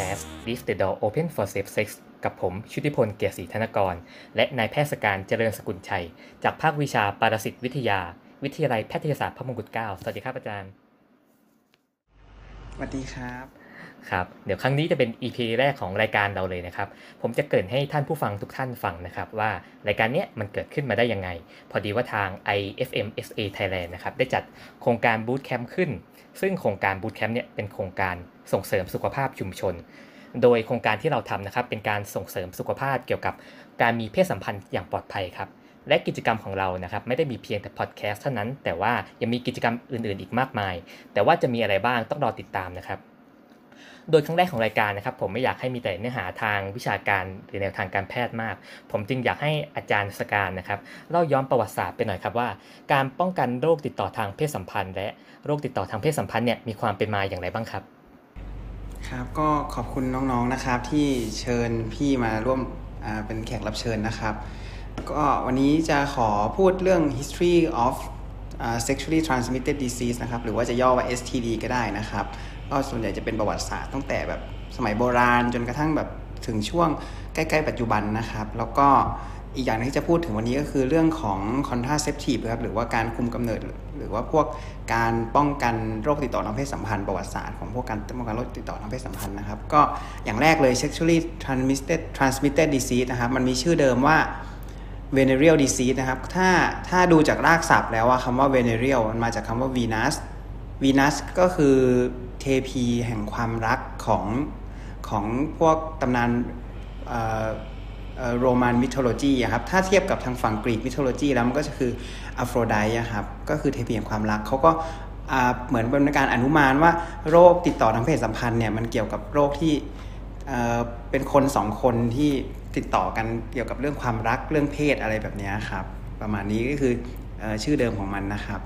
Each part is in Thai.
Podcast Leave the Door Open for Safe Sex กับผมชุติพลเกียรติศรีธนกรและนายแพทย์สการเจริญสกุลชัยจากภาควิชาปรสิตวิทยาวิทยาลัยแพทยศาสตร์พระมงกุฎเกล้าสวัสดีครับอาจารย์สวัสดีครับครับเดี๋ยวครั้งนี้จะเป็น EP แรกของรายการเราเลยนะครับผมจะเกริ่นให้ท่านผู้ฟังทุกท่านฟังนะครับว่ารายการนี้มันเกิดขึ้นมาได้ยังไงพอดีว่าทาง IFMSA Thailand นะครับได้จัดโครงการบูตแคมป์ขึ้นซึ่งโครงการบูตแคมป์เนี่ยเป็นโครงการส่งเสริมสุขภาพชุมชนโดยโครงการที่เราทำนะครับเป็นการส่งเสริมสุขภาพเกี่ยวกับการมีเพศสัมพันธ์อย่างปลอดภัยครับและกิจกรรมของเรานะครับไม่ได้มีเพียงแต่พอดแคสต์เท่านั้นแต่ว่ายังมีกิจกรรมอื่นๆอีกมากมายแต่ว่าจะมีอะไรบ้างต้องรอติดตามนะครับโดยครั้งแรกของรายการนะครับผมไม่อยากให้มีแต่เนื้อหาทางวิชาการหรือแนวทางการแพทย์มากผมจึงอยากให้อาจารย์สการนะครับเล่าย้อนประวัติศาสตร์ไปหน่อยครับว่าการป้องกันโรคติดต่อทางเพศสัมพันธ์และโรคติดต่อทางเพศสัมพันธ์เนี่ยมีความเป็นมาอย่างไรบ้างครับครับก็ขอบคุณน้องๆนะครับที่เชิญพี่มาร่วมเป็นแขกรับเชิญนะครับก็วันนี้จะขอพูดเรื่อง history of sexually transmitted disease นะครับหรือว่าจะย่อว่า STD ก็ได้นะครับก็ส่วนใหญ่จะเป็นประวัติศาสตร์ตั้งแต่แบบสมัยโบราณจนกระทั่งแบบถึงช่วงใกล้ๆปัจจุบันนะครับแล้วก็อีกอย่างที่จะพูดถึงวันนี้ก็คือเรื่องของ contraceptive ครับหรือว่าการคุมกำเนิดหรือว่าพวกการป้องกันโรคติดต่อทางเพศสัมพันธ์ประวัติศาสตร์ของพวกการป้องกันโรคติดต่อทางเพศสัมพันธ์นะครับก็อย่างแรกเลย sexually transmitted disease นะครับมันมีชื่อเดิมว่า venereal disease นะครับถ้าดูจากรากศัพท์แล้วว่าคำว่า venereal มันมาจากคำว่า Venus ก็คือเทพีแห่งความรักของพวกตำนานโรมันมิโทโลจีครับถ้าเทียบกับทางฝั่งกรีกมิโทโลจีแล้วมันก็จะคืออโฟรไดต์ครับก็คือเทพีแห่งความรักเขาก็เหมือนเป็นการอนุมานว่าโรคติดต่อทางเพศสัมพันธ์เนี่ยมันเกี่ยวกับโรคที่เป็นคนสองคนที่ติดต่อกันเกี่ยวกับเรื่องความรักเรื่องเพศอะไรแบบนี้ครับประมาณนี้ก็คือชื่อเดิมของมันนะครับ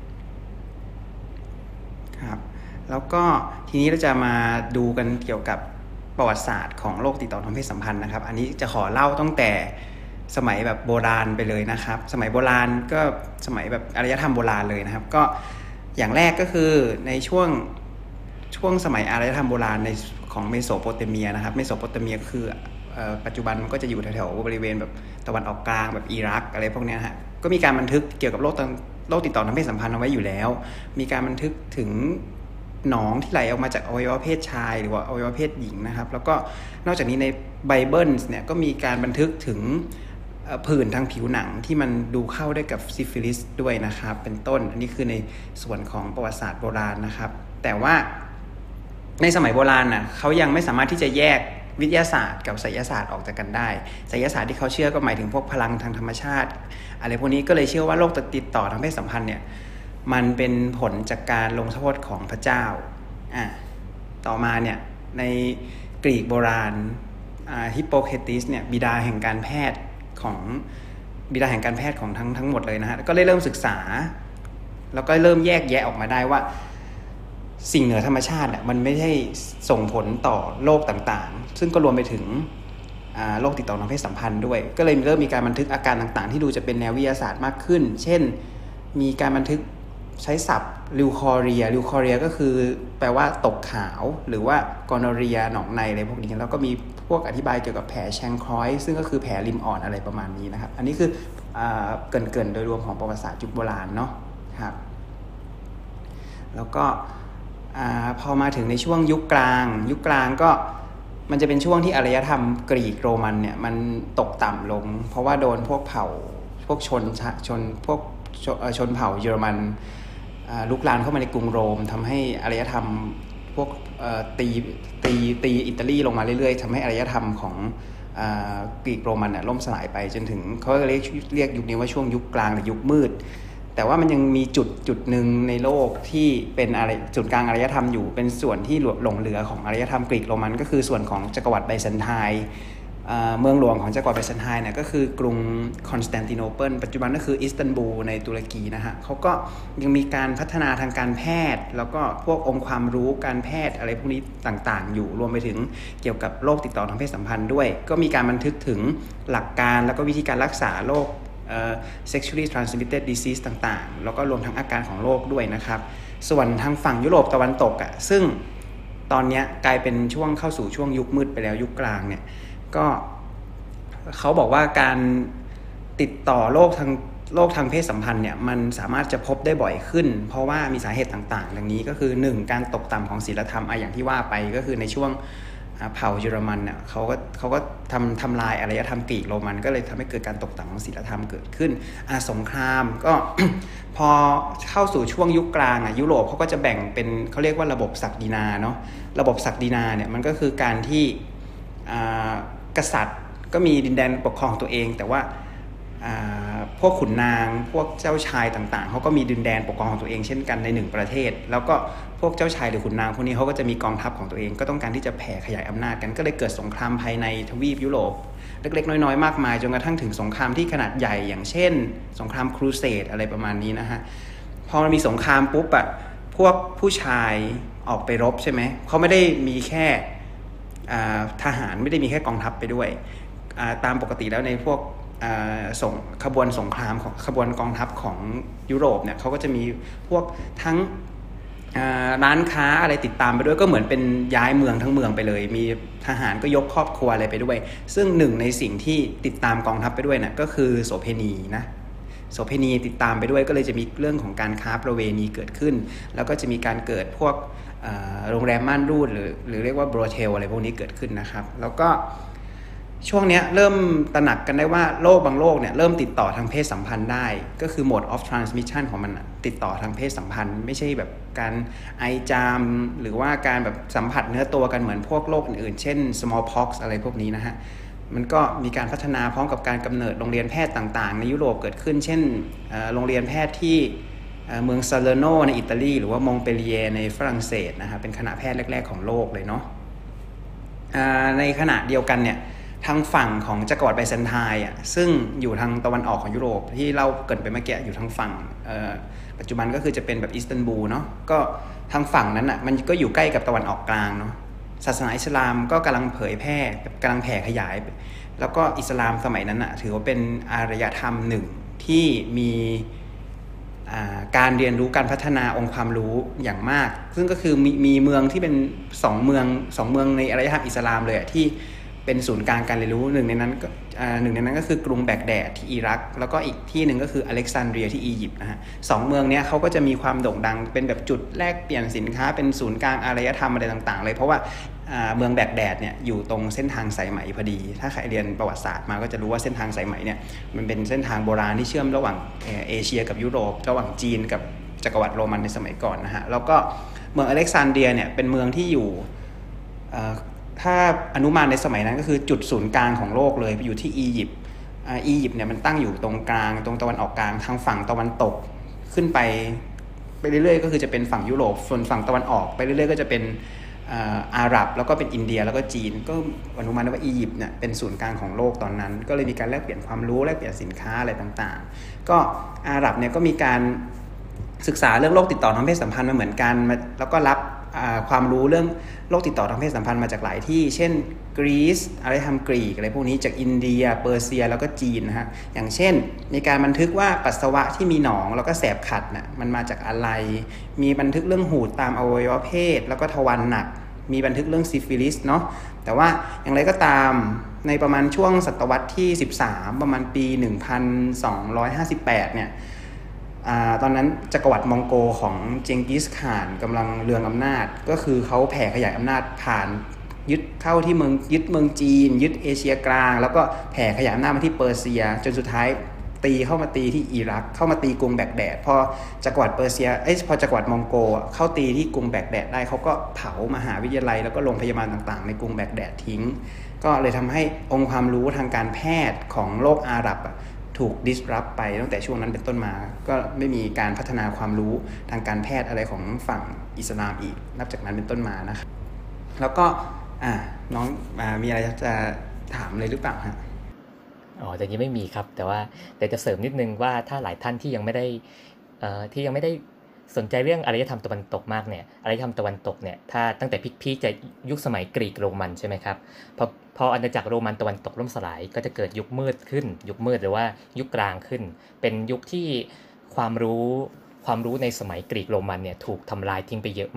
ครับแล้วก็ทีนี้เราจะมาดูกันเกี่ยวกับประวัติศาสตร์ของโรคติดต่อทางเพศสัมพันธ์นะครับอันนี้จะขอเล่าตั้งแต่สมัยแบบโบราณไปเลยนะครับสมัยโบราณก็สมัยแบบอารยธรรมโบราณเลยนะครับก็อย่างแรกก็คือในช่วงสมัยอารยธรรมโบราณในของเมโสโปเตเมียนะครับเมโสโปเตเมียก็คือปัจจุบันมันก็จะอยู่แถวๆบริเวณแบบตะวันออกกลางแบบอิรักอะไรพวกนี้ฮะก็มีการบันทึกเกี่ยวกับโรคติดต่อทางเพศสัมพันธ์เอาไว้อยู่แล้วมีการบันทึกถึงหนองที่ไหลออกมาจากอวัยวะเพศชายหรือว่าอวัยวะเพศหญิงนะครับแล้วก็นอกจากนี้ในไบเบิลเนี่ยก็มีการบันทึกถึงผื่นทางผิวหนังที่มันดูเข้าได้กับซิฟิลิสด้วยนะครับเป็นต้นอันนี้คือในส่วนของประวัติศาสตร์โบราณนะครับแต่ว่าในสมัยโบราณน่ะเขายังไม่สามารถที่จะแยกวิทยาศาสตร์กับไสยศาสตร์ออกจากกันได้ไสยศาสตร์ที่เขาเชื่อก็หมายถึงพวกพลังทางธรรมชาติอะไรพวกนี้ก็เลยเชื่อว่าโรคติดต่อทางเพศสัมพันธ์เนี่ยมันเป็นผลจากการลงโทษของพระเจ้าต่อมาเนี่ยในกรีกโบราณฮิปโปเครติสเนี่ยบิดาแห่งการแพทย์ของทั้งหมดเลยนะฮะก็เลยเริ่มศึกษาแล้วก็เริ่มแยกแยะออกมาได้ว่าสิ่งเหนือธรรมชาติมันไม่ใช่ส่งผลต่อโรคต่างๆซึ่งก็รวมไปถึงโรคติดต่อทางเพศสัมพันธ์ด้วยก็เลยเริ่มมีการบันทึกอาการต่างๆที่ดูจะเป็นแนววิทยาศาสตร์มากขึ้นเช่นมีการบันทึกใช้ศัพท์ลิวคอเรียก็คือแปลว่าตกขาวหรือว่ากอนอเรียหนองในอะไรพวกนี้แล้วก็มีพวกอธิบายเกี่ยวกับแผลแชงครอยซึ่งก็คือแผลริมอ่อนอะไรประมาณนี้นะครับอันนี้คือเกินโดยรวมของประวัติศาสตร์ยุคโบราณเนาะครับแล้วก็พอมาถึงในช่วงยุคกลางก็มันจะเป็นช่วงที่อารยธรรมกรีกโรมันเนี่ยมันตกต่ำลงเพราะว่าโดนพวกชนเผ่าเยอรมันลุกลามเข้ามาในกรุงโรมทำให้อารยธรรมพวกตีอิตาลีลงมาเรื่อยๆทำให้อารยธรรมของกรีกโรมันเนี่ยล่มสลายไปจนถึงเขาเรียกยุคนี้ว่าช่วงยุคกลางหรือยุคมืดแต่ว่ามันยังมีจุดหนึ่งในโลกที่เป็นอะไรจุดกลางอารยธรรมอยู่เป็นส่วนที่หลงเหลือของอารยธรรมกรีกโรมันก็คือส่วนของจักรวรรดิไบแซนไทน์เมืองหลวงของจักรวรรดิไบแซนไทน์เนี่ยก็คือกรุงคอนสแตนติโนเปิลปัจจุบันก็คืออิสตันบูลในตุรกีนะฮะเขาก็ยังมีการพัฒนาทางการแพทย์แล้วก็พวกองค์ความรู้การแพทย์อะไรพวกนี้ต่างๆอยู่รวมไปถึงเกี่ยวกับโรคติดต่อทางเพศสัมพันธ์ด้วยก็มีการบันทึกถึงหลักการแล้วก็วิธีการรักษาโรคsexually transmitted disease ต่างๆแล้วก็รวมทั้งอาการของโรคด้วยนะครับส่วนทางฝั่งยุโรปตะวันตกซึ่งตอนนี้กลายเป็นช่วงเข้าสู่ช่วงยุคมืดไปแล้วยุคกลางเนี่ยก็เขาบอกว่าการติดต่อโรคทางเพศสัมพันธ์เนี่ยมันสามารถจะพบได้บ่อยขึ้นเพราะว่ามีสาเหตุต่างๆดังนี้ก็คือ1การตกต่ำของศีลธรรมอย่างที่ว่าไปก็คือในช่วงเผ่าเยอรมันเนี่ยเขาก็ทำลายอารยธรรมกรีกโรมันก็เลยทำให้เกิดการตกต่ำของศีลธรรมเกิดขึ้นสงครามก็ พอเข้าสู่ช่วงยุคกลางยุโรปเขาก็จะแบ่งเป็นเขาเรียกว่าระบบศักดินาเนาะระบบศักดินาเนี่ยมันก็คือการที่กษัตริย์ก็มีดินแดนปกครองตัวเองแต่ว่าพวกขุนนางพวกเจ้าชายต่างๆเขาก็มีดินแดนปกครองของตัวเองเช่นกันใน1ประเทศแล้วก็พวกเจ้าชายหรือขุนนางพวกนี้เขาก็จะมีกองทัพของตัวเองก็ต้องการที่จะแผ่ขยายอำนาจกันก็เลยเกิดสงครามภายในทวีปยุโรปเล็กๆน้อยๆมากมายจนกระทั่งถึงสงครามที่ขนาดใหญ่อย่างเช่นสงครามครูเสดอะไรประมาณนี้นะฮะพอมันมีสงครามปุ๊บพวกผู้ชายออกไปรบใช่ไหมเขาไม่ได้มีแค่ทหารไม่ได้มีแค่กองทัพไปด้วยตามปกติแล้วในพวกส่งขบวนสงครามของขบวนกองทัพของยุโรปเนี่ยเขาก็จะมีพวกทั้งร้านค้าอะไรติดตามไปด้วยก็เหมือนเป็นย้ายเมืองทั้งเมืองไปเลยมีทหารก็ยกครอบครัวอะไรไปด้วยซึ่งหนึ่งในสิ่งที่ติดตามกองทัพไปด้วยเนี่ยก็คือโสเภณีนะโสเภณีติดตามไปด้วยก็เลยจะมีเรื่องของการค้าประเวณีเกิดขึ้นแล้วก็จะมีการเกิดพวกโรงแรมม่านรูดหรือเรียกว่าโบรเทลอะไรพวกนี้เกิดขึ้นนะครับแล้วก็ช่วงนี้เริ่มตระหนักกันได้ว่าโรคบางโรคเนี่ยเริ่มติดต่อทางเพศสัมพันธ์ได้ก็คือ mode of transmission ของมันติดต่อทางเพศสัมพันธ์ไม่ใช่แบบการไอจามหรือว่าการแบบสัมผัสเนื้อตัวกันเหมือนพวกโรคอื่นๆเช่น smallpox อะไรพวกนี้นะฮะมันก็มีการพัฒนาพร้อมกับการกำเนิดโรงเรียนแพทย์ต่างๆในยุโรปเกิดขึ้นเช่นโรงเรียนแพทย์ที่เมืองซาเลโนในอิตาลีหรือว่ามองเปลียในฝรั่งเศสนะฮะเป็นคณะแพทย์แรกๆของโลกเลยเนาะในขณะเดียวกันเนี่ยทางฝั่งของจักรวรรดิไบแซนไทน์ซึ่งอยู่ทางตะวันออกของยุโรปที่เล่าเกิดไปเมื่อกี้อยู่ทางฝั่งปัจจุบันก็คือจะเป็นแบบอิสตันบูลเนาะก็ทางฝั่งนั้นมันก็อยู่ใกล้กับตะวันออกกลางเนาะศาสนาอิสลามก็กำลังเผยแพร่กำลังแผ่ขยายแล้วก็อิสลามสมัยนั้นถือว่าเป็นอารยธรรมหนึ่งที่มีการเรียนรู้การพัฒนาองค์ความรู้อย่างมากซึ่งก็คือมีเมืองที่เป็น2เมืองในอารยธรรมอิสลามเลยที่เป็นศูนย์กลางการเรียนรู้หนึ่งในนั้นก็คือกรุงแบกแดดที่อิรักแล้วก็อีกที่หนึ่งก็คืออเล็กซานเดรียที่อียิปต์นะฮะ2เมืองนี้เขาก็จะมีความโด่งดังเป็นแบบจุดแลกเปลี่ยนสินค้าเป็นศูนย์กลางอารยธรรมอะไรต่างๆเลยเพราะว่าเมืองแบกแดดเนี่ยอยู่ตรงเส้นทางสายไหมพอดีถ้าใครเรียนประวัติศาสตร์มาก็จะรู้ว่าเส้นทางสายไหมเนี่ยมันเป็นเส้นทางโบราณที่เชื่อมระหว่างเอเชียกับยุโรประหว่างจีนกับจักรวรรดิโรมันในสมัยก่อนนะฮะแล้วก็เมืองอเล็กซานเดรียเนี่ยเป็นเมืองที่อยู่ถ้าอนุมานในสมัยนั้นก็คือจุดศูนย์กลางของโลกเลยอยู่ที่อียิปต์เนี่ยมันตั้งอยู่ตรงกลางตรงตะวันออกกลางทางฝั่งตะวันตกขึ้นไปเรื่อยๆก็คือจะเป็นฝั่งยุโรปส่วนฝั่งตะวันออกไปเรื่อยๆก็จะเป็นอาหรับแล้วก็เป็นอินเดียแล้วก็จีนก็อนุมานว่าอียิปต์เนี่ยเป็นศูนย์กลางของโลกตอนนั้นก็เลยมีการแลกเปลี่ยนความรู้แลกเปลี่ยนสินค้าอะไรต่างๆก็อาหรับเนี่ยก็มีการศึกษาเรื่องโรคติดต่อทางเพศสัมพันธ์มาเหมือนกันแล้วก็รับความรู้เรื่องโรคติดต่อทางเพศสัมพันธ์มาจากหลายที่เช่นกรีซอารยธรรมกรีกอะไรพวกนี้จากอินเดียเปอร์เซียแล้วก็จีนนะฮะอย่างเช่นมีการบันทึกว่าปัสสาวะที่มีหนองแล้วก็แสบขัดน่ะมันมาจากอะไรมีบันทึกเรื่องหูดตามอวัยวะเพศแล้วก็ทวารหนักมีบันทึกเรื่องซิฟิลิสเนาะแต่ว่าอย่างไรก็ตามในประมาณช่วงศตวรรษที่13ประมาณปี1258เนี่ยตอนนั้นจักรวรรดิมองโกของเจงกิสข่านกำลังเรืองอำนาจก็คือเขาแผ่ขยายอำนาจผ่านยึดเข้าที่ยึดเมืองจีนยึดเอเชียกลางแล้วก็แผ่ขยายอำนาจมาที่เปอร์เซียจนสุดท้ายเข้ามาตีที่อิรักเข้ามาตีกรุงแบกแดดพอจักรวรรดิเปอร์เซียพอจักรวรรดิมองโกเข้าตีที่กรุงแบกแดดได้เขาก็เผามหาวิทยาลัยแล้วก็โรงพยาบาลต่างๆในกรุงแบกแดดทิ้งก็เลยทำให้องค์ความรู้ทางการแพทย์ของโลกอาหรับถูก disrupt ไปตั้งแต่ช่วงนั้นเป็นต้นมาก็ไม่มีการพัฒนาความรู้ทางการแพทย์อะไรของฝั่งอิสลามอีกนับจากนั้นเป็นต้นมานะครับแล้วก็น้องมีอะไรจะถามเลยหรือเปล่าฮะแต่ยังไม่มีครับแต่ว่าจะเสริมนิดนึงว่าถ้าหลายท่านที่ยังไม่ได้สนใจเรื่องอารยธรรมตะวันตกมากเนี่ยอารยธรรมตะวันตกเนี่ยถ้าตั้งแต่พีคจะยุคสมัยกรีกโรมันใช่ไหมครับพออาณาจักรโรมันตะวันตกล่มสลายก็จะเกิดยุคมืดขึ้นยุคมืดหรือว่ายุคกลางขึ้นเป็นยุคที่ความรู้ในสมัยกรีกโรมันเนี่ยถูกทำลายทิ้งไปเยอะมาก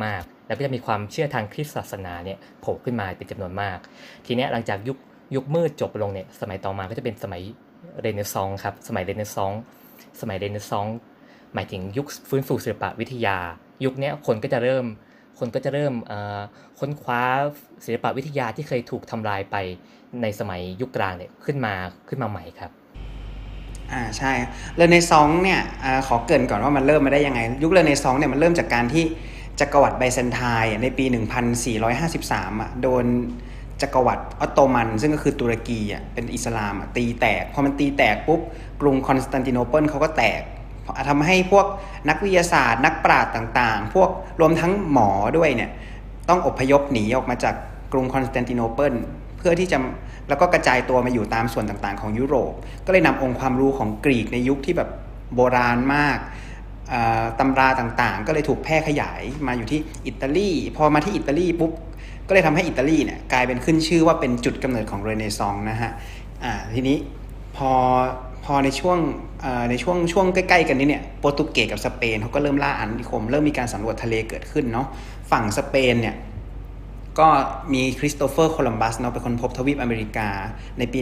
แล้วก็จะมีความเชื่อทางคริสต์ศาสนาเนี่ยโผล่ขึ้นมาเป็นจำนวนมากทีเนี้ยหลังจากยุคมืดจบลงเนี่ยสมัยต่อมาก็จะเป็นสมัยเรเนซองส์ครับสมัยเรเนซองส์หมายถึงยุคฟื้นฟูศิลปวิทยายุคนี้คนก็จะเริ่มค้นคว้าศิลปวิทยาที่เคยถูกทำลายไปในสมัยยุคกลางเนี่ยขึ้นมาใหม่ครับใช่เรเนซองส์เนี่ยขอเกริ่นก่อนว่ามันเริ่มมาได้ยังไงยุคเรเนซองส์เนี่ยมันเริ่มจากการที่จักรวรรดิไบแซนไทน์ในปี 1453 โดนจักรวรรดิออตโตมันซึ่งก็คือตุรกีเป็นอิสลามตีแตกพอมันตีแตกปุ๊บกรุงคอนสแตนติโนเปิลเขาก็แตกทำให้พวกนักวิทยาศาสตร์นักปราชญ์ต่างๆพวกรวมทั้งหมอด้วยเนี่ยต้องอพยพหนีออกมาจากกรุงคอนสแตนติโนเปิลเพื่อที่จะแล้วก็กระจายตัวมาอยู่ตามส่วนต่างๆของยุโรปก็เลยนำองค์ความรู้ของกรีกในยุคที่แบบโบราณมากตำราต่างๆก็เลยถูกแพร่ขยายมาอยู่ที่อิตาลีพอมาที่อิตาลีปุ๊บก็เลยทำให้อิตาลีเนี่ยกลายเป็นขึ้นชื่อว่าเป็นจุดกำเนิดของเรเนซองส์นะฮะทีนี้พอในช่วงใกล้ๆกันนี้เนี่ยโปรตุเกสกับสเปนเขาก็เริ่มล่าอาณานิคมเริ่มมีการสำรวจทะเลเกิดขึ้นเนาะฝั่งสเปนเนี่ยก็มีคริสโตเฟอร์โคลัมบัสเนาะเป็นคนพบทวีปอเมริกาในปี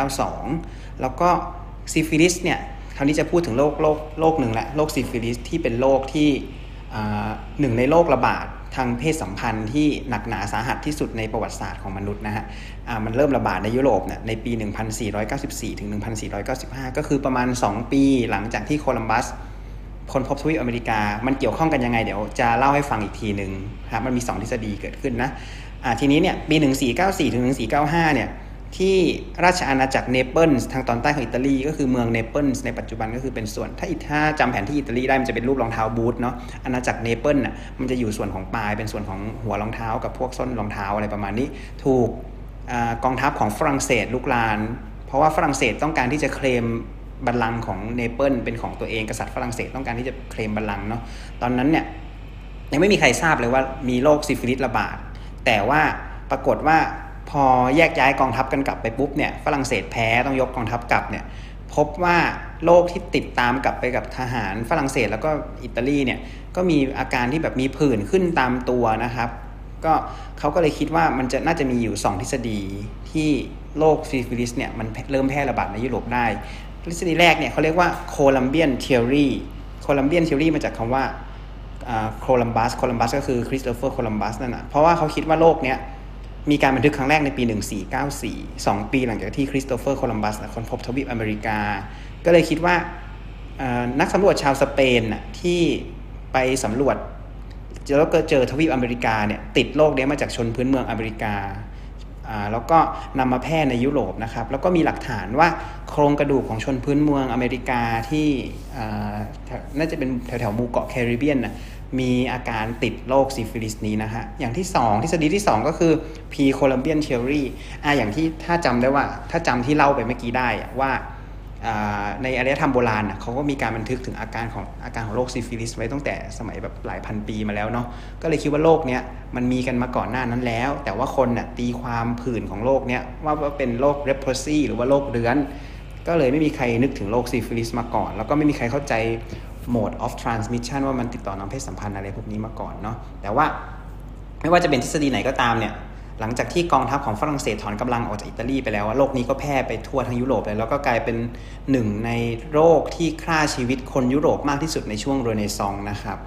1492แล้วก็ซิฟิลิสเนี่ยคราวนี้จะพูดถึงโรคหนึ่งแหละโรคซิฟิลิสที่เป็นโรคที่หนึ่งในโรคระบาดทางเพศสัมพันธ์ที่หนักหนาสาหัสที่สุดในประวัติศาสตร์ของมนุษย์นะฮะมันเริ่มระบาดในยุโรปเนี่ยในปี 1494 ถึง 1495 ก็คือประมาณ2 ปีหลังจากที่โคลัมบัสคนพบทวีปอเมริกามันเกี่ยวข้องกันยังไงเดี๋ยวจะเล่าให้ฟังอีกทีนึงครับมันมี2ทฤษฎีเกิดขึ้นนะทีนี้เนี่ยปี 1494 ถึง 1495 เนี่ยที่ราชอาณาจักรเนเปิลส์ทางตอนใต้ของอิตาลีก็คือเมืองเนเปิลส์ในปัจจุบันก็คือเป็นส่วนถ้าจำแผนที่อิตาลีได้มันจะเป็นรูปรองเท้าบูทเนาะอาณาจักรเนเปิลน่ะมันจะอยู่ส่วนของปลายเป็นส่วนของหัวรองเท้ากับพวกส้นรองเท้าอะไรประมาณนี้ถูกกองทัพของฝรั่งเศสลุกรานเพราะว่าฝรั่งเศสต้องการที่จะเคลมบัลลังก์ของเนเปิลเป็นของตัวเองกษัตริย์ฝรั่งเศสต้องการที่จะเคลมบัลลังก์เนาะตอนนั้นเนี่ยยังไม่มีใครทราบเลยว่ามีโรคซิฟิลิสระบาดแต่ว่าปรากฏว่าพอแยกย้ายกองทัพกันกลับไปปุ๊บเนี่ยฝรั่งเศสแพ้ต้องยกกองทัพกลับเนี่ยพบว่าโรคที่ติดตามกลับไปกับทหารฝรั่งเศสแล้วก็อิตาลีเนี่ยก็มีอาการที่แบบมีผื่นขึ้นตามตัวนะครับก็เขาก็เลยคิดว่ามันน่าจะมีอยู่2ทฤษฎีที่โรคซิฟิลิสเนี่ยมันเริ่มแพร่ระบาดในยุโรปได้ทฤษฎีแรกเนี่ยเขาเรียกว่าโคลัมเบียนเทอรีมาจากคำว่าโคลัมบัสก็คือคริสโตเฟอร์โคลัมบัสนั่นนะเพราะว่าเขาคิดว่าโรคเนี้ยมีการบันทึกครั้งแรกในปี 1494 2 ปีหลังจากที่คริสโตเฟอร์โคลัมบัสค้นพบทวีปอเมริกาก็เลยคิดว่านักสำรวจชาวสเปนที่ไปสำรวจแล้วก็เจอทวีปอเมริกาเนี่ยติดโรคนี้มาจากชนพื้นเมืองอเมริกาแล้วก็นำมาแพร่ในยุโรปนะครับแล้วก็มีหลักฐานว่าโครงกระดูกของชนพื้นเมืองอเมริกาที่น่าจะเป็นแถวๆหมู่เกาะแคริบเบียนมีอาการติดโรคซิฟิลิสนี้นะฮะอย่างที่2ทฤษฎีที่2ก็คือ Pre-Columbian Theory อย่างที่ถ้าจำที่เล่าไปเมื่อกี้ได้ว่าในอารยธรรมโบราณเขาก็มีการบันทึกถึงอาการของโรคซิฟิลิสไว้ตั้งแต่สมัยแบบหลายพันปีมาแล้วเนาะก็เลยคิดว่าโรคเนี้ยมันมีกันมาก่อนหน้านั้นแล้วแต่ว่าคนตีความผื่นของโรคเนี้ยว่าเป็นโรคเรโปรซีหรือว่าโรคเรื้อนก็เลยไม่มีใครนึกถึงโรคซิฟิลิสมาก่อนแล้วก็ไม่มีใครเข้าใจmode of transmission ว่ามันติดต่อทางเพศสัมพันธ์อะไรพวกนี้มาก่อนเนาะแต่ว่าไม่ว่าจะเป็นทฤษฎีไหนก็ตามเนี่ยหลังจากที่กองทัพของฝรั่งเศสถอนกำลังออกจากอิตาลีไปแล้วโรคนี้ก็แพร่ไปทั่วทั้งยุโรปเลยแล้วก็กลายเป็นหนึ่งในโรคที่ฆ่าชีวิตคนยุโรปมากที่สุดในช่วงเรเนซองส์นะครับ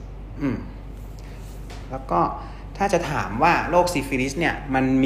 แล้วก็ถ้าจะถามว่าโรคซิฟิลิสเนี่ย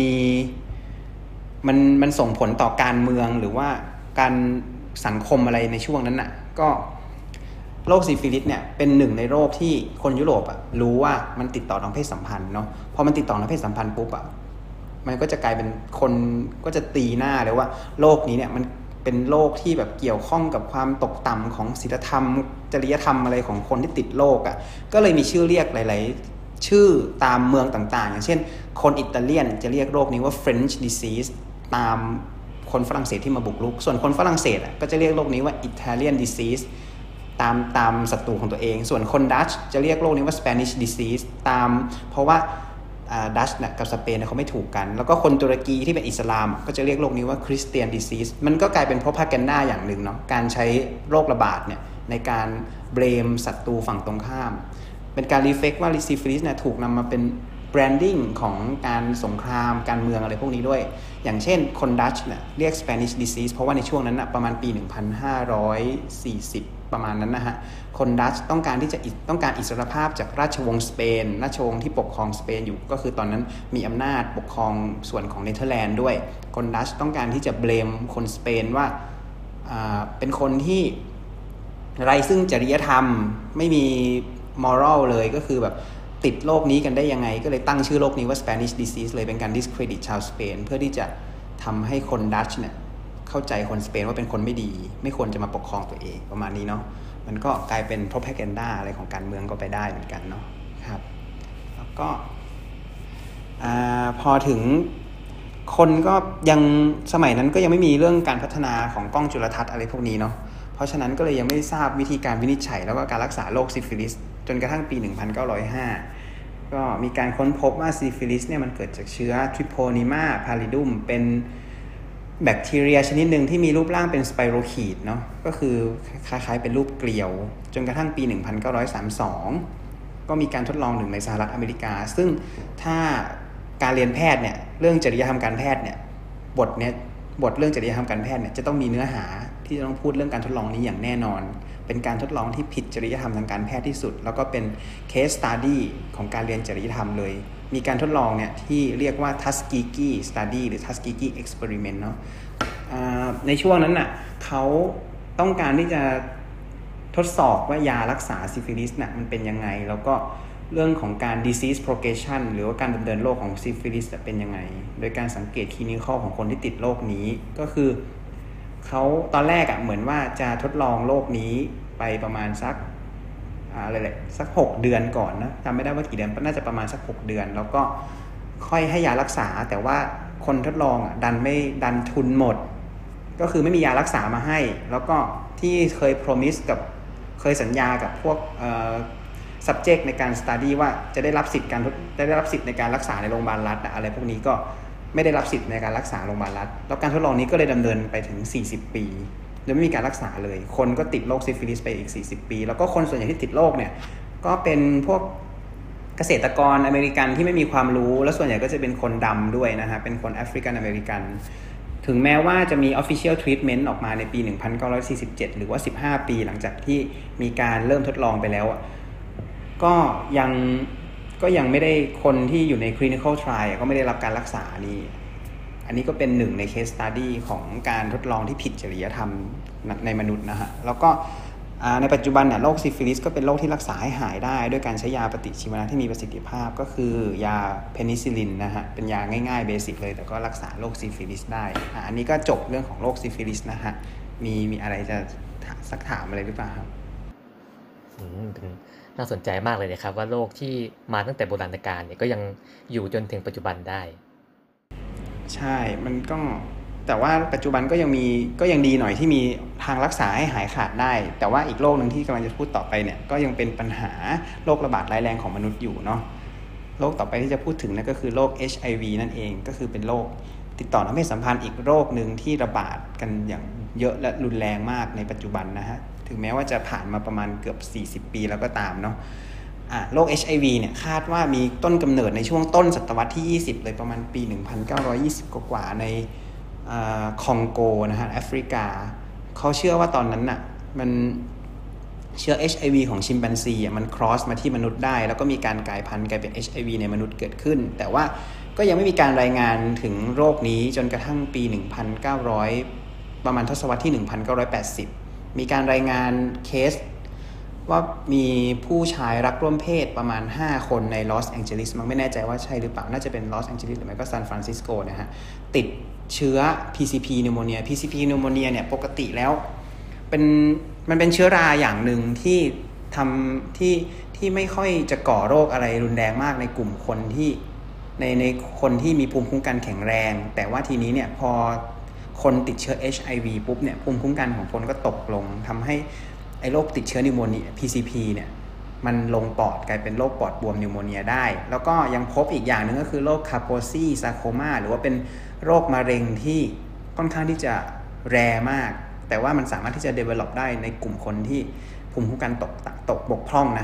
มันส่งผลต่อการเมืองหรือว่าการสังคมอะไรในช่วงนั้นน่ะก็โรคซิฟิลิสเนี่ยเป็นหนึ่งในโรคที่คนยุโรปรู้ว่ามันติดต่อทางเพศสัมพันธ์เนาะพอมันติดต่อทางเพศสัมพันธ์ปุ๊บมันก็จะกลายเป็นคนก็จะตีหน้าเลยว่าโรคนี้เนี่ยมันเป็นโรคที่แบบเกี่ยวข้องกับความตกต่ำของศีลธรรมจริยธรรมอะไรของคนที่ติดโรคก็เลยมีชื่อเรียกหลายๆชื่อตามเมืองต่างๆอย่างเช่นคนอิตาเลียนจะเรียกโรคนี้ว่า French disease ตามคนฝรั่งเศสที่มาบุกรุกส่วนคนฝรั่งเศสก็จะเรียกโรคนี้ว่า Italian diseaseตามศัตรูของตัวเองส่วนคนดัตช์จะเรียกโรคนี้ว่า Spanish disease เพราะว่าดัตช์กับสเปนเขาไม่ถูกกันแล้วก็คนตุรกีที่เป็นอิสลามก็จะเรียกโรคนี้ว่า Christian disease มันก็กลายเป็น propaganda อย่างหนึ่งเนาะการใช้โรคระบาดเนี่ยในการเบรมศัตรูฝั่งตรงข้ามเป็นการรีเฟกว่าซิฟิลิสเนี่ยถูกนำมาเป็นแบรนดิ้งของการสงครามการเมืองอะไรพวกนี้ด้วยอย่างเช่นคนดัตช์เนี่ยเรียก Spanish disease เพราะว่าในช่วงนั้นนะประมาณปี 1540 ประมาณนั้นนะฮะคนดัตช์ต้องการอิสรภาพจากราชวงศ์สเปนราชวงศ์ที่ปกครองสเปนอยู่ก็คือตอนนั้นมีอำนาจปกครองส่วนของเนเธอร์แลนด์ด้วยคนดัตช์ต้องการที่จะเบลมคนสเปนว่าเป็นคนที่ไร้ซึ่งจริยธรรมไม่มีมอรัลเลยก็คือแบบติดโรคนี้กันได้ยังไงก็เลยตั้งชื่อโรคนี้ว่า Spanish disease เลยเป็นการ discredit ชาวสเปนเพื่อที่จะทำให้คนดัตช์เนี่ยเข้าใจคนสเปนว่าเป็นคนไม่ดีไม่ควรจะมาปกครองตัวเองประมาณนี้เนาะมันก็กลายเป็น propaganda อะไรของการเมืองก็ไปได้เหมือนกันเนาะครับแล้วก็พอถึงคนก็ยังสมัยนั้นก็ยังไม่มีเรื่องการพัฒนาของกล้องจุลทรรศน์อะไรพวกนี้เนาะเพราะฉะนั้นก็เลยยังไม่ทราบวิธีการวินิจฉัยแล้วก็การรักษาโรคซิฟิลิสจนกระทั่งปี 1905 ก็มีการค้นพบว่าซิฟิลิสเนี่ยมันเกิดจากเชื้อ Treponema pallidum เป็นแบคทีเรียชนิดหนึ่งที่มีรูปร่างเป็นสไปโรคีดเนาะก็คือคล้ายๆเป็นรูปเกลียวจนกระทั่งปี 1932 ก็มีการทดลองหนึ่งในสหรัฐอเมริกาซึ่งถ้าการเรียนแพทย์เนี่ยเรื่องจริยธรรมการแพทย์เนี่ยบทเรื่องจริยธรรมการแพทย์เนี่ยจะต้องมีเนื้อหาที่จะต้องพูดเรื่องการทดลองนี้อย่างแน่นอนเป็นการทดลองที่ผิดจริยธรรมทางการแพทย์ที่สุดแล้วก็เป็น case study ของการเรียนจริยธรรมเลยมีการทดลองเนี่ยที่เรียกว่า Tuskegee study หรือ Tuskegee experiment เนาะในช่วงนั้นน่ะเขาต้องการที่จะทดสอบว่ายารักษาซิฟิลิสน่ะมันเป็นยังไงแล้วก็เรื่องของการ disease progression หรือว่าการดำเนินโรคของซิฟิลิสเป็นยังไงโดยการสังเกตคลินิคอลของคนที่ติดโรคนี้ก็คือเขาตอนแรกเหมือนว่าจะทดลองโรคนี้ไปประมาณสักสัก6 เดือนก่อนนะจำไม่ได้ว่ากี่เดือนน่าจะประมาณสัก6 เดือนแล้วก็ค่อยให้ยารักษาแต่ว่าคนทดลองดันทุนหมดก็คือไม่มียารักษามาให้แล้วก็ที่เคยสัญญากับพวกsubject ในการ study ว่าจะได้รับสิทธิ์ในการรักษาในโรงพยาบาลรัฐอะไรพวกนี้ก็ไม่ได้รับสิทธิ์ในการรักษาโรงพยาบาลรัฐแล้วการทดลองนี้ก็เลยดำเนินไปถึง40 ปีโดยไม่มีการรักษาเลยคนก็ติดโรคซิฟิลิสไปอีก40 ปีแล้วก็คนส่วนใหญ่ที่ติดโรคเนี่ยก็เป็นพวกเกษตรกรอเมริกันที่ไม่มีความรู้และส่วนใหญ่ก็จะเป็นคนดำด้วยนะฮะเป็นคนแอฟริกันอเมริกันถึงแม้ว่าจะมี official treatment ออกมาในปี 1947 หรือว่า15 ปีหลังจากที่มีการเริ่มทดลองไปแล้วก็ยังไม่ได้คนที่อยู่ใน clinical trial ก็ไม่ได้รับการรักษานี้อันนี้ก็เป็นหนึ่งใน case study ของการทดลองที่ผิดจริยธรรมในมนุษย์นะฮะแล้วก็ในปัจจุบันเนี่ยโรคซิฟิลิสก็เป็นโรคที่รักษาให้หายได้ด้วยการใช้ยาปฏิชีวนะที่มีประสิทธิภาพก็คือยาเพนิซิลลินนะฮะเป็นยาง่ายๆเบสิกเลยแต่ก็รักษาโรคซิฟิลิสได้อันนี้ก็จบเรื่องของโรคซิฟิลิสนะฮะมีอะไรจะสักถามอะไรหรือเปล่าครับน่าสนใจมากเลยนะครับว่าโรคที่มาตั้งแต่โบราณกาลเนี่ยก็ยังอยู่จนถึงปัจจุบันได้ใช่มันก็แต่ว่าปัจจุบันก็ยังดีหน่อยที่มีทางรักษาให้หายขาดได้แต่ว่าอีกโรคนึงที่กำลังจะพูดต่อไปเนี่ยก็ยังเป็นปัญหาโรคระบาดร้ายแรงของมนุษย์อยู่เนาะโรคต่อไปที่จะพูดถึงนั่นก็คือโรค HIV นั่นเองก็คือเป็นโรคติดต่อทางเพศสัมพันธ์อีกโรคนึงที่ระบาดกันอย่างเยอะและรุนแรงมากในปัจจุบันนะฮะถึงแม้ว่าจะผ่านมาประมาณเกือบ40 ปีแล้วก็ตามเนาะโรค HIV เนี่ยคาดว่ามีต้นกำเนิดในช่วงต้นศตวรรษที่20เลยประมาณปี 1920 กว่าในคองโกนะฮะแอฟริกาเขาเชื่อว่าตอนนั้นน่ะมันเชื้อ HIV ของชิมแปนซีมันครอสมาที่มนุษย์ได้แล้วก็มีการกลายพันธุ์กลายเป็น HIV ในมนุษย์เกิดขึ้นแต่ว่าก็ยังไม่มีการรายงานถึงโรคนี้จนกระทั่งปี 1900 ประมาณทศวรรษที่ 1980 มีการรายงานเคสว่ามีผู้ชายรักร่วมเพศประมาณ5 คนในลอสแองเจลิสมันไม่แน่ใจว่าใช่หรือเปล่าน่าจะเป็นลอสแองเจลิสหรือไม่ก็ซานฟรานซิสโกนะฮะติดเชื้อ PCP pneumonia PCP pneumonia เนี่ยปกติแล้วมันเป็นเชื้อราอย่างหนึ่งที่ทำที่ไม่ค่อยจะก่อโรคอะไรรุนแรงมากในกลุ่มคนที่ในคนที่มีภูมิคุ้มกันแข็งแรงแต่ว่าทีนี้เนี่ยพอคนติดเชื้อ HIV ปุ๊บเนี่ยภูมิคุ้มกันของคนก็ตกลงทำให้ไอ้โรคติดเชื้อนิวโมเนีย PCP เนี่ยมันลงปอดกลายเป็นโรคปอดบวมนิวโมเนียได้แล้วก็ยังพบอีกอย่างหนึ่งก็คือโรคคาโปซีซาโคมาหรือว่าเป็นโรคมะเร็งที่ค่อนข้างที่จะแรร์มากแต่ว่ามันสามารถที่จะ develop ได้ในกลุ่มคนที่ภูมิคุ้มกันตกบกพร่องนะฮะ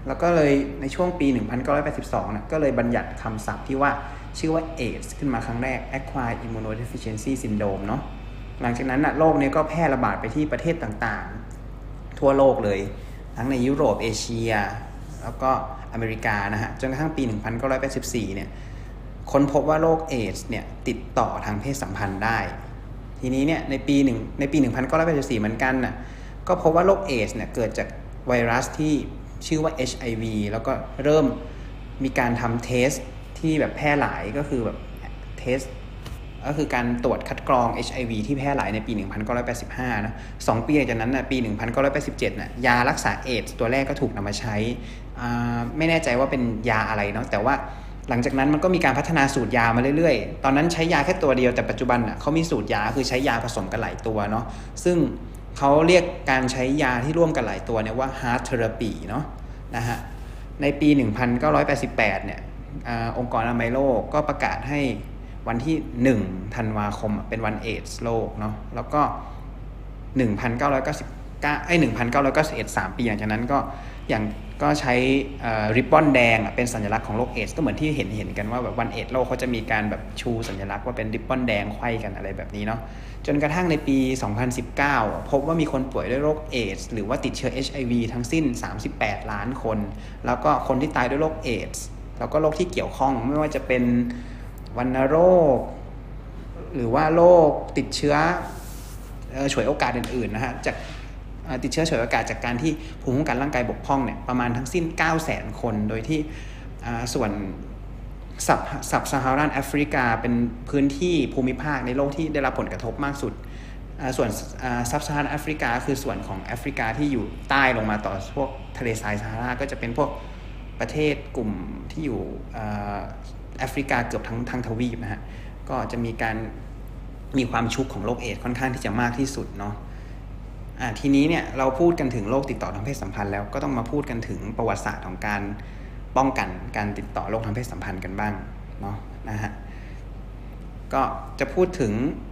แล้วก็เลยในช่วงปี 1982 นะก็เลยบัญญัติคำศัพท์ที่ว่าชื่อว่า AIDS ขึ้นมาครั้งแรก Acquired Immunodeficiency Syndrome เนาะหลังจากนั้นนะโรคนี้ก็แพร่ระบาดไปที่ประเทศต่างๆทั่วโลกเลยทั้งในยุโรปเอเชียแล้วก็อเมริกานะฮะจนกระทั่งปี 1984 เนี่ยค้นพบว่าโรคเอดส์เนี่ยติดต่อทางเพศสัมพันธ์ได้ทีนี้เนี่ยในปี 1984 เหมือนกันน่ะก็พบว่าโรคเอดส์เนี่ยเกิดจากไวรัสที่ชื่อว่า HIV แล้วก็เริ่มมีการทำเทสที่แบบแพร่หลายก็คือแบบเทสก็คือการตรวจคัดกรอง HIV ที่แพร่หลายในปี 1985 นะ2 ปีหลังจากนั้นนะปี 1987 นะยารักษาเอดส์ตัวแรกก็ถูกนำมาใช้ไม่แน่ใจว่าเป็นยาอะไรเนาะแต่ว่าหลังจากนั้นมันก็มีการพัฒนาสูตรยามาเรื่อยๆตอนนั้นใช้ยาแค่ตัวเดียวแต่ปัจจุบันเขามีสูตรยาคือใช้ยาผสมกันหลายตัวเนาะซึ่งเขาเรียกการใช้ยาที่ร่วมกันหลายตัวเนี่ยว่า hard therapy เนาะนะฮะในปี 1988 เนี่ยองค์กรอนามัยโลกก็ประกาศให้วันที่ 1 ธันวาคมเป็นวันเอดส์โลกเนาะแล้วก็ 1991 3 ปีหลังจากนั้นก็ใช้ริบบอนแดงเป็นสัญลักษณ์ของโรคเอดส์ก็เหมือนที่เห็นกันว่าแบบวันเอดส์โลกเขาจะมีการแบบชูสัญลักษณ์ว่าเป็นริบบอนแดงไขว้กันอะไรแบบนี้เนาะจนกระทั่งในปี 2019 พบว่ามีคนป่วยด้วยโรคเอดส์หรือว่าติดเชื้อ HIV ทั้งสิ้น 38 ล้านคนแล้วก็คนที่ตายด้วยโรคเอดส์แล้วก็โรคที่เกี่ยวข้องไม่ว่าจะเป็นวัณโรคหรือว่าโรคติดเชื้อฉวยโอกาสอื่นๆนะฮะจากติดเชื้อฉวยโอกาสจากการที่ภูมิคุ้มกันร่างกายบกพร่องเนี่ยประมาณทั้งสิ้น 900,000 คนโดยที่ส่วนซับซาฮารันแอฟริกาเป็นพื้นที่ภูมิภาคในโลกที่ได้รับผลกระทบมากสุดส่วนซับซาฮารันแอฟริกาคือส่วนของแอฟริกาที่อยู่ใต้ลงมาต่อพวกทะเลทรายซาฮาราก็จะเป็นพวกประเทศกลุ่มที่อยู่แอฟริกาเกือบทั้งทวีปนะฮะก็จะมีความชุกของโรคเอดส์ค่อนข้างที่จะมากที่สุดเนาะทีนี้เนี่ยเราพูดกันถึงโรคติดต่อทางเพศสัมพันธ์แล้วก็ต้องมาพูดกันถึงประวัติศาสตร์ของการป้องกันการติดต่อโรคทางเพศสัมพันธ์กันบ้างเนาะนะฮะก็จะพูดถึง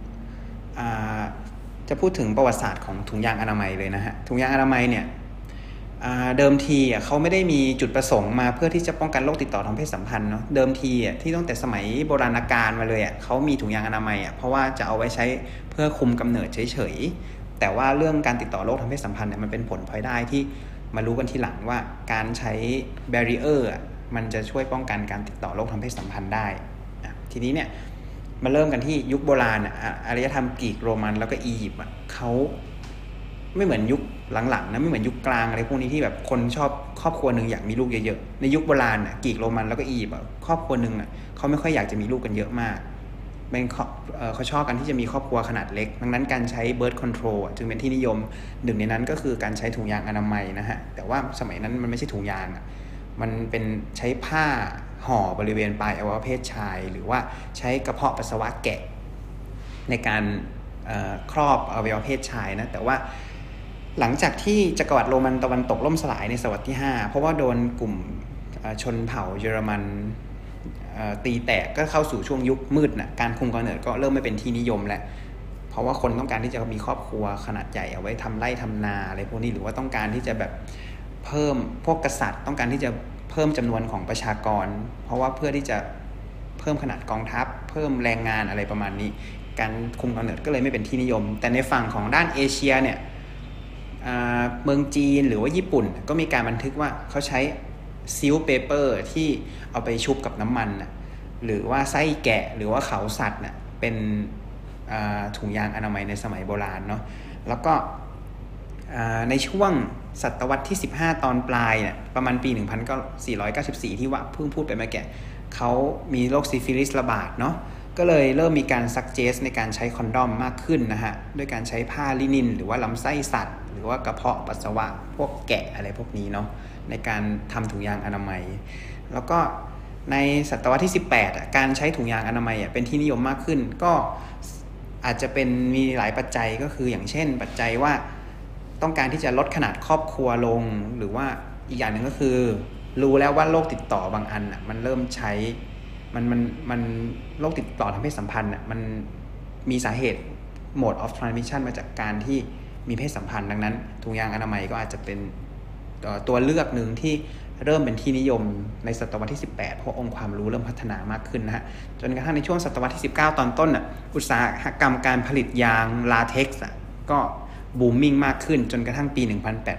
ประวัติศาสตร์ของถุงยางอนามัยเลยนะฮะถุงยางอนามัยเนี่ยเดิมทีเขาไม่ได้มีจุดประสงค์มาเพื่อที่จะป้องกันโรคติดต่อทางเพศสัมพันธ์เนาะเดิมทีที่ตั้งแต่สมัยโบราณกาลมาเลยเขามีถุงยางอนามัยเพราะว่าจะเอาไว้ใช้เพื่อคุมกำเนิดเฉยๆแต่ว่าเรื่องการติดต่อโรคทางเพศสัมพันธ์เนี่ยมันเป็นผลพลอยได้ที่มารู้กันทีหลังว่าการใช้แบรีเออร์มันจะช่วยป้องกันการติดต่อโรคทางเพศสัมพันธ์ได้ทีนี้เนี่ยมาเริ่มกันที่ยุคโบราณอารยธรรมกรีกโรมันแล้วก็อียิปต์เขาไม่เหมือนยุคหลังๆนะไม่เหมือนยุคกลางอะไรพวกนี้ที่แบบคนชอบครอบครัวนึงอยากมีลูกเยอะๆในยุคโบราณกรีกโรมันแล้วก็อียิปต์ครอบครัวนึงเขาไม่ค่อยอยากจะมีลูกกันเยอะมากเขาชอบกันที่จะมีครอบครัวขนาดเล็กดังนั้นการใช้ birth control จึงเป็นที่นิยมหนึ่งในนั้นก็คือการใช้ถุงยางอนามัยนะฮะแต่ว่าสมัยนั้นมันไม่ใช่ถุงยางมันเป็นใช้ผ้าห่อบริเวณปลายอวัยวะเพศชายหรือว่าใช้กระเพาะปัสสาวะแกะในการครอบอวัยวะเพศชายนะแต่ว่าหลังจากที่จักรวรรดิโรมันตะวันตกล่มสลายในศตวรรษที่5เพราะว่าโดนกลุ่มชนเผ่าเยอรมันตีแตกก็เข้าสู่ช่วงยุคมืดการคุมกำเนิดก็เริ่มไม่เป็นที่นิยมแล้วเพราะว่าคนต้องการที่จะมีครอบครัวขนาดใหญ่เอาไว้ทำไร่ทำนาอะไรพวกนี้หรือว่าต้องการที่จะแบบเพิ่มพวกกษัตริย์ต้องการที่จะเพิ่มจำนวนของประชากรเพราะว่าเพื่อที่จะเพิ่มขนาดกองทัพเพิ่มแรงงานอะไรประมาณนี้การคุมกำเนิดก็เลยไม่เป็นที่นิยมแต่ในฝั่งของด้านเอเชียเนี่ยเมืองจีนหรือว่าญี่ปุ่นก็มีการบันทึกว่าเขาใช้ซิลเปเปอร์ที่เอาไปชุบกับน้ำมันหรือว่าไส้แกะหรือว่าเขาสัตว์เป็นถุงยางอนามัยในสมัยโบราณเนาะแล้วก็ในช่วงศตวรรษที่15ตอนปลายประมาณปี 1494 ที่ว่าเพิ่งพูดไปเมื่อกี้เขามีโรคซิฟิลิสระบาดเนาะก็เลยเริ่มมีการซักเจสในการใช้คอนดอมมากขึ้นนะฮะด้วยการใช้ผ้าลินินหรือว่าลำไส้สัตว์หรือว่ากระเพาะปัสสาวะพวกแกะอะไรพวกนี้เนาะในการทำถุงยางอนามัยแล้วก็ในศตวรรษที่18การใช้ถุงยางอนามัยเป็นที่นิยมมากขึ้นก็อาจจะเป็นมีหลายปัจจัยก็คืออย่างเช่นปัจจัยว่าต้องการที่จะลดขนาดครอบครัวลงหรือว่าอีกอย่างหนึ่งก็คือรู้แล้วว่าโรคติดต่อบางอันมันเริ่มใช้มันโรคติดต่อทางเพศสัมพันธ์มันมีสาเหตุ mode of transmission มาจากการที่มีเพศสัมพันธ์ดังนั้นถุงยางอนามัยก็อาจจะเป็นตัวเลือกหนึ่งที่เริ่มเป็นที่นิยมในศตวรรษที่18เพราะองค์ความรู้เริ่มพัฒนามากขึ้นนะฮะจนกระทั่งในช่วงศตวรรษที่19ตอนต้นอุตสาหกรรมการผลิตยางลาเท็กซ์ก็บูมมิ่งมากขึ้นจนกระทั่งปี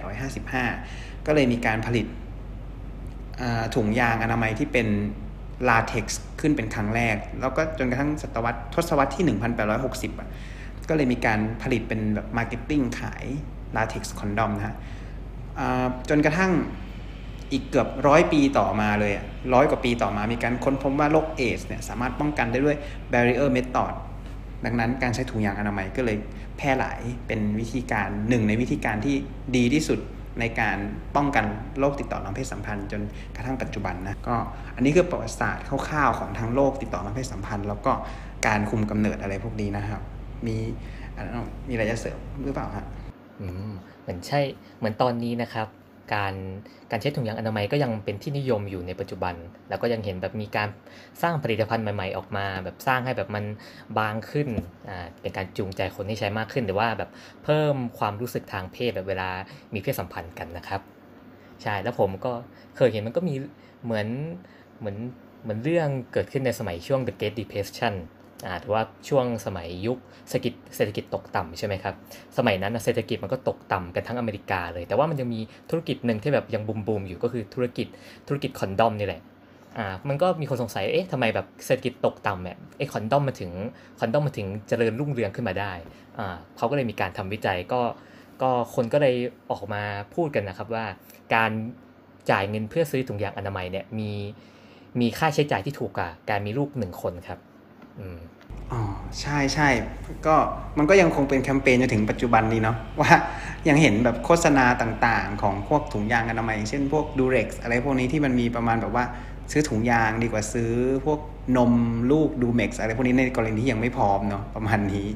1855ก็เลยมีการผลิตถุงยางอนามัยที่เป็นลาเท็กซ์ขึ้นเป็นครั้งแรกแล้วก็จนกระทั่งทศวรรษที่1860ก็เลยมีการผลิตเป็นแบบมาร์เก็ตติ้งขายลาเท็กซ์คอนดอมนะฮะจนกระทั่งอีกเกือบ100 ปีต่อมาเลย100 กว่าปีต่อมามีการค้นพบว่าโรคเอดส์เนี่ยสามารถป้องกันได้ด้วย barrier method ดังนั้นการใช้ถุงยางอนามัยก็เลยแพร่หลายเป็นวิธีการหนึ่งในวิธีการที่ดีที่สุดในการป้องกันโรคติดต่อทางเพศสัมพันธ์จนกระทั่งปัจจุบันนะก็อันนี้คือประวัติศาสตร์คร่าวๆของทั้งโรคติดต่อทางเพศสัมพันธ์แล้วก็การคุมกำเนิดอะไรพวกนี้นะครับมีอะไรจะเสริมหรือเปล่าฮะเหมือนตอนนี้นะครับการใช้ถุงยางอนามัยก็ยังเป็นที่นิยมอยู่ในปัจจุบันแล้วก็ยังเห็นแบบมีการสร้างผลิตภัณฑ์ใหม่ๆออกมาแบบสร้างให้แบบมันบางขึ้นเป็นการจูงใจคนให้ใช้มากขึ้นหรือว่าแบบเพิ่มความรู้สึกทางเพศแบบเวลามีเพศสัมพันธ์กันนะครับใช่แล้วผมก็เคยเห็นมันก็มีเหมือนเรื่องเกิดขึ้นในสมัยช่วง The Great Depression หรือว่าช่วงสมัยยุคเศรษฐกิจตกต่ำใช่ไหมครับสมัยนั้นเศรษฐกิจมันก็ตกต่ำกันทั้งอเมริกาเลยแต่ว่ามันยังมีธุรกิจหนึ่งที่แบบยังบูมอยู่ก็คือธุรกิจคอนดอมนี่แหละมันก็มีคนสงสัยทำไมแบบเศรษฐกิจตกต่ำเนี่ยคอนดอมมาถึงเจริญรุ่งเรืองขึ้นมาได้เขาก็เลยมีการทำวิจัยก็คนก็เลยออกมาพูดกันนะครับว่าการจ่ายเงินเพื่อซื้อถุงยางอนามัยเนี่ยมีค่าใช้จ่ายที่ถูกกว่าการมีลูก1 คนครับใช่ก็มันก็ยังคงเป็นแคมเปญจนถึงปัจจุบันนี้เนาะว่ายังเห็นแบบโฆษณาต่างๆของพวกถุงยางอนามัยเช่นพวกดูเร็กซ์อะไรพวกนี้ที่มันมีประมาณแบบว่าซื้อถุงยางดีกว่าซื้อพวกนมลูกดูเม็กซ์อะไรพวกนี้ในกรณีที่ยังไม่พร้อมเนาะประมาณนี้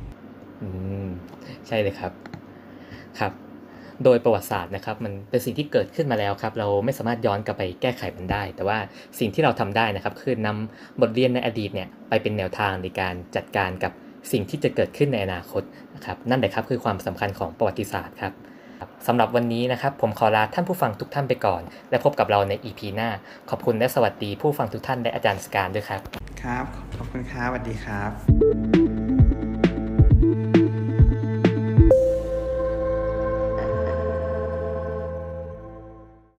ใช่เลยครับโดยประวัติศาสตร์นะครับมันเป็นสิ่งที่เกิดขึ้นมาแล้วครับเราไม่สามารถย้อนกลับไปแก้ไขมันได้แต่ว่าสิ่งที่เราทำได้นะครับคือนำบทเรียนในอดีตเนี่ยไปเป็นแนวทางในการจัดการกับสิ่งที่จะเกิดขึ้นในอนาคตนะครับนั่นแหละครับคือความสำคัญของประวัติศาสตร์ครับสำหรับวันนี้นะครับผมขอลาท่านผู้ฟังทุกท่านไปก่อนและพบกับเราใน EP หน้าขอบคุณและสวัสดีผู้ฟังทุกท่านและอาจารย์สการด้วยครับครับขอบคุณครับสวัสดีครับ